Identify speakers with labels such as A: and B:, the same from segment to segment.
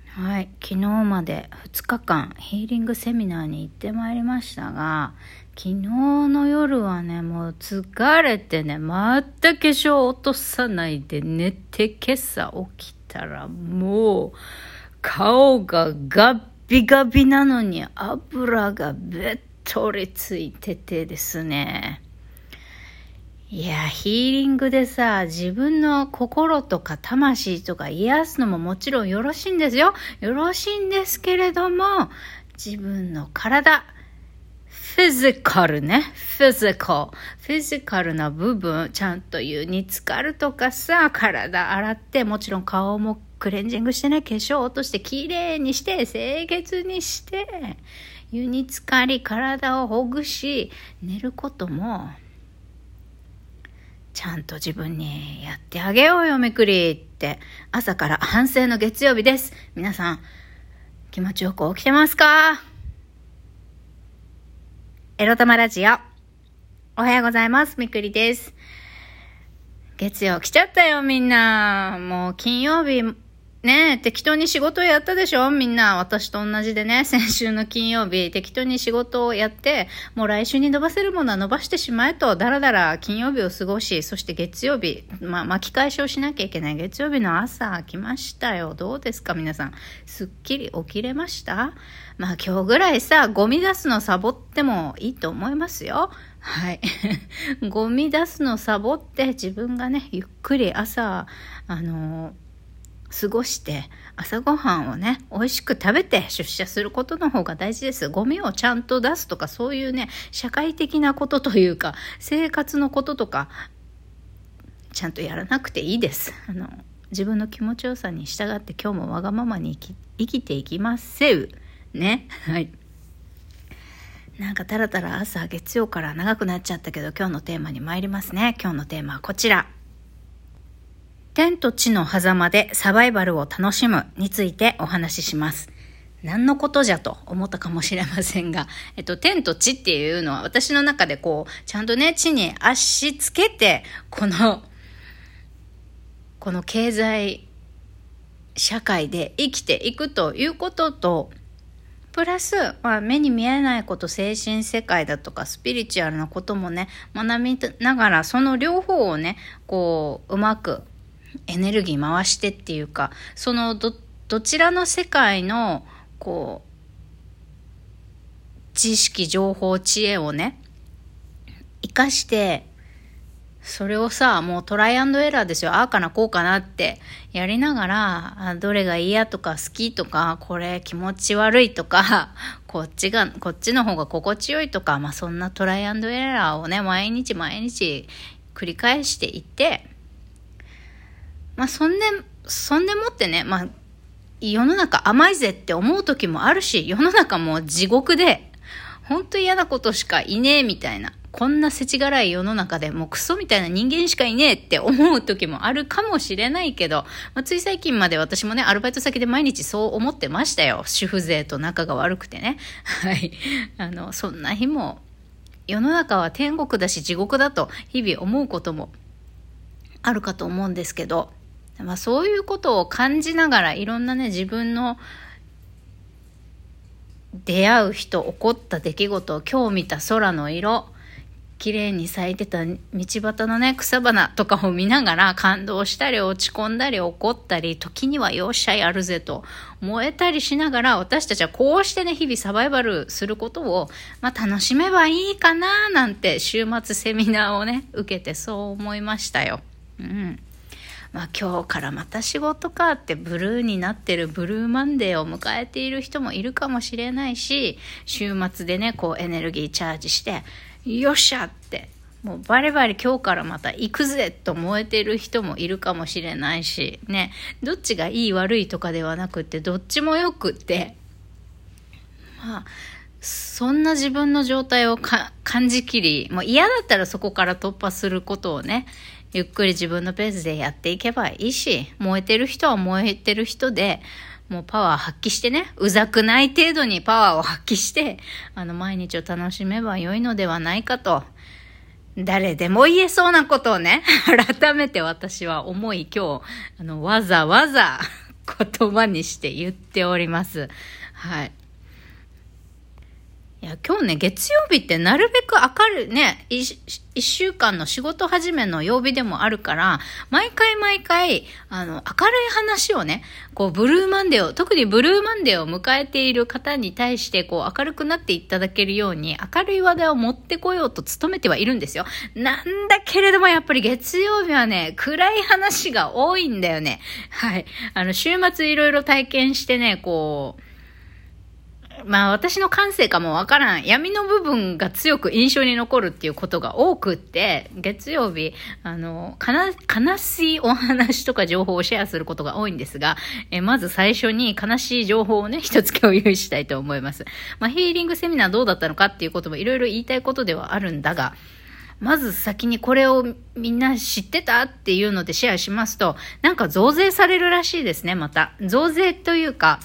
A: はい、昨日まで2日間ヒーリングセミナーに行ってまいりましたが、昨日の夜はね、もう疲れてね、また化粧落とさないで寝て、今朝起きたらもう顔がガッビガビなのに油がべっとりついててですね。いや、ヒーリングでさ、自分の心とか魂とか癒すのももちろんよろしいんですよ。よろしいんですけれども、自分の体、フィジカルね、フィジカルな部分、ちゃんと湯に浸かるとかさ、体洗って、もちろん顔もクレンジングしてね、化粧落として、きれいにして、清潔にして、湯に浸かり、体をほぐし、寝ることも、ちゃんと自分にやってあげようよめくりって朝から反省の月曜日です。皆さん気持ちよく起きてますか？エロ玉ラジオおはようございます。めくりです。月曜来ちゃったよみんな。もう金曜日ね、適当に仕事やったでしょみんな。私と同じでね、先週の金曜日適当に仕事をやって、もう来週に伸ばせるものは伸ばしてしまえと、だらだら金曜日を過ごし、そして月曜日、巻き返しをしなきゃいけない月曜日の朝来ましたよ。どうですか皆さん。すっきり起きれました？今日ぐらいさ、ゴミ出すのサボってもいいと思いますよ。はい。ゴミ出すのサボって自分がね、ゆっくり朝、過ごして朝ごはんをね美味しく食べて出社することの方が大事です。ゴミをちゃんと出すとかそういうね社会的なことというか生活のこととかちゃんとやらなくていいです。自分の気持ちよさに従って今日もわがままに生きていきませうね。はい。なんかたらたら朝月曜から長くなっちゃったけど今日のテーマに参りますね。今日のテーマはこちら。天と地の狭間でサバイバルを楽しむについてお話しします。何のことじゃと思ったかもしれませんが、天と地っていうのは私の中でちゃんとね、地に足つけて、この経済社会で生きていくということと、プラス、目に見えないこと、精神世界だとかスピリチュアルなこともね、学びながら、その両方をね、うまくエネルギー回してっていうか、そのどちらの世界の知識情報知恵をね生かして、それをさもうトライアンドエラーですよ。ああかなこうかなってやりながら、どれが嫌とか好きとか、これ気持ち悪いとか、こっちの方が心地よいとか、そんなトライアンドエラーをね毎日繰り返していって、そんでもってね、世の中甘いぜって思う時もあるし、世の中も地獄で、本当嫌なことしかいねえみたいな、こんな世知辛い世の中でもうクソみたいな人間しかいねえって思う時もあるかもしれないけど、つい最近まで私もね、アルバイト先で毎日そう思ってましたよ。主婦勢と仲が悪くてね。はい。そんな日も、世の中は天国だし地獄だと日々思うこともあるかと思うんですけど、そういうことを感じながら、いろんなね自分の出会う人、起こった出来事、今日見た空の色、綺麗に咲いてた道端のね草花とかを見ながら感動したり落ち込んだり怒ったり、時にはよっしゃやるぜと燃えたりしながら、私たちはこうしてね日々サバイバルすることを楽しめばいいかななんて、週末セミナーをね受けてそう思いましたよ。今日からまた仕事かってブルーになってるブルーマンデーを迎えている人もいるかもしれないし、週末でねエネルギーチャージしてよっしゃってもうバリバリ今日からまた行くぜと燃えてる人もいるかもしれないしね、どっちがいい悪いとかではなくって、どっちもよくって、そんな自分の状態を感じきり、もう嫌だったらそこから突破することをねゆっくり自分のペースでやっていけばいいし、燃えてる人は燃えてる人で、もうパワー発揮してね、うざくない程度にパワーを発揮して、毎日を楽しめば良いのではないかと、誰でも言えそうなことをね、改めて私は思い、今日、わざわざ、 言葉にして言っております。はい。いや、今日ね、月曜日ってなるべく明るいね、一週間の仕事始めの曜日でもあるから、毎回、明るい話をね、こう、ブルーマンデーを、特にブルーマンデーを迎えている方に対して、こう、明るくなっていただけるように、明るい話題を持ってこようと努めてはいるんですよ。なんだけれども、やっぱり月曜日はね、暗い話が多いんだよね。はい。週末いろいろ体験してね、こう、まあ私の感性かもわからん。闇の部分が強く印象に残るっていうことが多くって、月曜日、悲しいお話とか情報をシェアすることが多いんですが、まず最初に悲しい情報をね、一つ共有したいと思います。まあヒーリングセミナーどうだったのかっていうこともいろいろ言いたいことではあるんだが、まず先にこれをみんな知ってたっていうのでシェアしますと、なんか増税されるらしいですね、また。増税というか、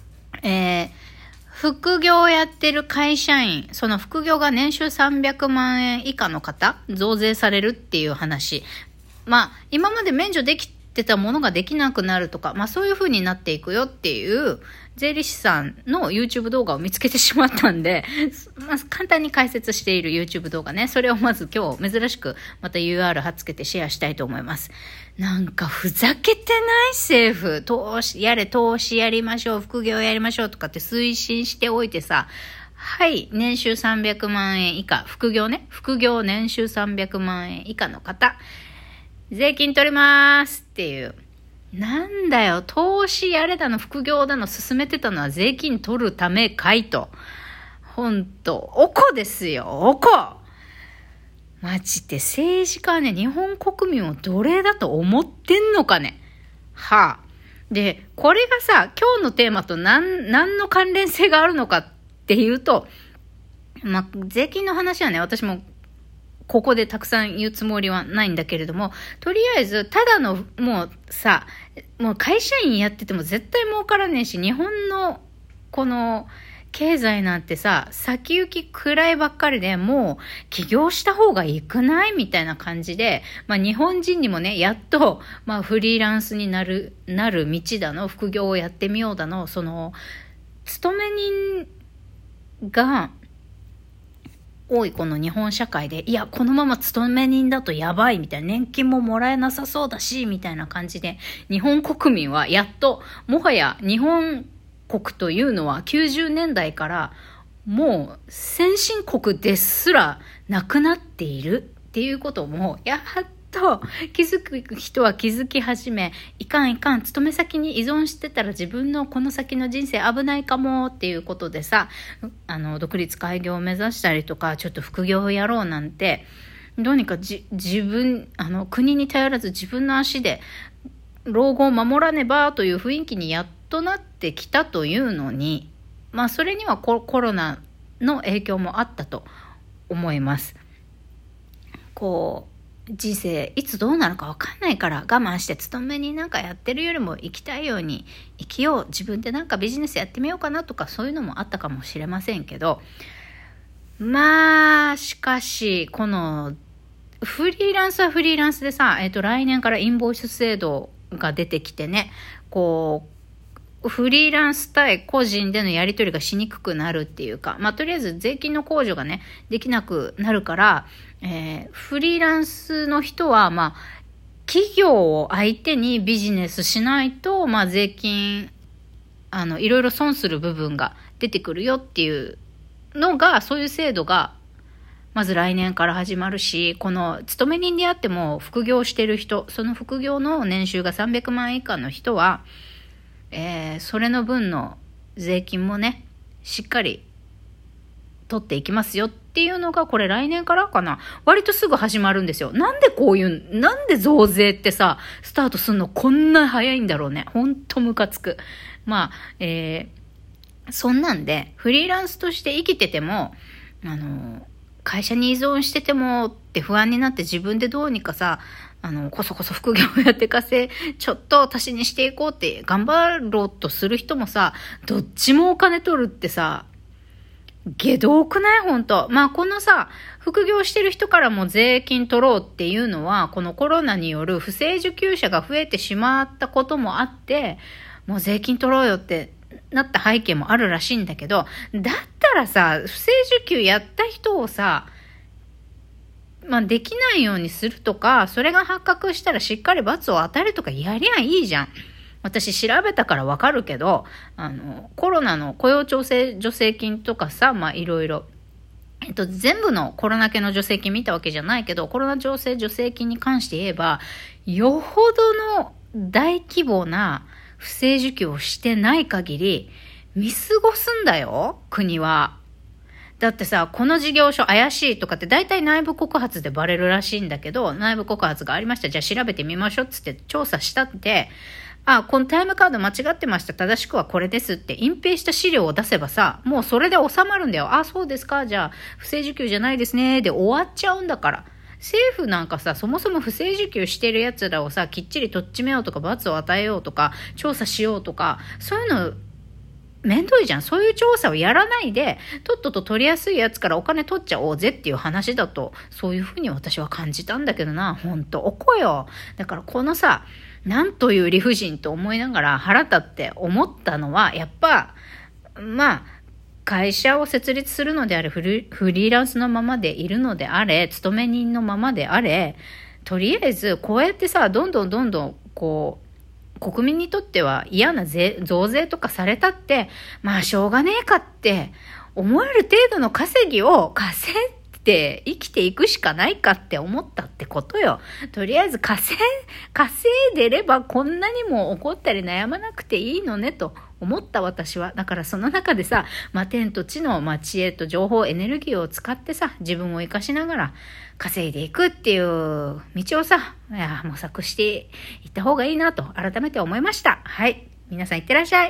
A: 副業をやってる会社員、その副業が年収300万円以下の方、増税されるっていう話。まあ、今まで免除できてたものができなくなるとか、まあそういう風になっていくよっていう、税理士さんの YouTube 動画を見つけてしまったんで、まあ、簡単に解説している YouTube 動画ね、それをまず今日珍しくまた UR 貼っつけてシェアしたいと思います。なんかふざけてない政府、投資やりましょう、副業やりましょうとかって推進しておいてさ、はい、年収300万円以下、副業年収300万円以下の方、税金取りますっていう。なんだよ、投資やれだの、副業だの、進めてたのは税金取るためかいと。ほんと、おこですよ、おこ。マジで政治家はね、日本国民を奴隷だと思ってんのかね。はあ。で、これがさ、今日のテーマと何の関連性があるのかっていうと、まあ、税金の話はね、私もここでたくさん言うつもりはないんだけれども、とりあえず、ただの、もう会社員やってても絶対儲からねえし、日本の、この、経済なんてさ、先行き暗いばっかりで、もう、起業した方がいいくないみたいな感じで、まあ日本人にもね、やっと、まあフリーランスになる道だの、副業をやってみようだの、その、勤め人が、多いこの日本社会で、いや、このまま勤め人だとやばいみたいな、年金ももらえなさそうだし、みたいな感じで、日本国民はやっと、もはや日本国というのは90年代からもう先進国ですらなくなっているっていうことも、やっと気づく人は気づき始め、いかん、勤め先に依存してたら自分のこの先の人生危ないかもっていうことでさ、独立開業を目指したりとか、ちょっと副業をやろうなんて、どうにか自分、国に頼らず自分の足で老後を守らねばという雰囲気にやっとなってきたというのに、まあそれにはコロナの影響もあったと思います。こう、人生いつどうなるか分かんないから我慢して勤めになんかやってるよりも生きたいように生きよう、自分でなんかビジネスやってみようかなとか、そういうのもあったかもしれませんけど、まあしかしこのフリーランスはフリーランスでさ、来年からインボイス制度が出てきてね、こうフリーランス対個人でのやり取りがしにくくなるっていうか、まあとりあえず税金の控除がねできなくなるから、フリーランスの人はまあ企業を相手にビジネスしないと、まあ税金いろいろ損する部分が出てくるよっていうのが、そういう制度がまず来年から始まるし、この勤め人であっても副業してる人、その副業の年収が300万円以下の人は、それの分の税金もねしっかり取っていきますよっていうのが、これ来年からかな、割とすぐ始まるんですよ。なんで増税ってさスタートするのこんな早いんだろうね。ほんとムカつく。まあ、そんなんでフリーランスとして生きてても会社に依存しててもって不安になって、自分でどうにかさこそ副業をやってちょっと足しにしていこうって頑張ろうとする人もさ、どっちもお金取るってさ下道くない？ほんと。まあこのさ副業してる人からも税金取ろうっていうのは、このコロナによる不正受給者が増えてしまったこともあって、 もう税金取ろうよってなった背景もあるらしいんだけど、だったらさ、不正受給やった人をさ、できないようにするとか、それが発覚したらしっかり罰を与えるとかやりゃいいじゃん。私調べたからわかるけど、コロナの雇用調整助成金とかさ、いろいろ。全部のコロナ系の助成金見たわけじゃないけど、コロナ調整助成金に関して言えば、よほどの大規模な不正受給をしてない限り、見過ごすんだよ、国は。だってさ、この事業所怪しいとかって大体内部告発でバレるらしいんだけど、内部告発がありました。じゃあ調べてみましょうっつって調査したって、このタイムカード間違ってました。正しくはこれですって隠蔽した資料を出せばさ、もうそれで収まるんだよ。そうですか。じゃあ、不正受給じゃないですね。で終わっちゃうんだから。政府なんかさ、そもそも不正受給してる奴らをさ、きっちりとっちめようとか、罰を与えようとか、調査しようとか、そういうの、めんどいじゃん。そういう調査をやらないで、とっとと取りやすいやつからお金取っちゃおうぜっていう話だと、そういうふうに私は感じたんだけどな。ほんと、おこよ。だからこのさ、なんという理不尽と思いながら腹立って思ったのは、やっぱ、会社を設立するのであれ、フリーランスのままでいるのであれ、勤め人のままであれ、とりあえずこうやってさ、どんどん国民にとっては嫌な増税とかされたって、しょうがねえかって思える程度の稼ぎを稼いで生きていくしかないかって思ったってことよ。とりあえず稼いでればこんなにも怒ったり悩まなくていいのねと思った私は。だからその中でさ、天と地の知恵と情報エネルギーを使ってさ、自分を生かしながら稼いでいくっていう道をさ、模索していった方がいいなと改めて思いました。はい。皆さんいってらっしゃい。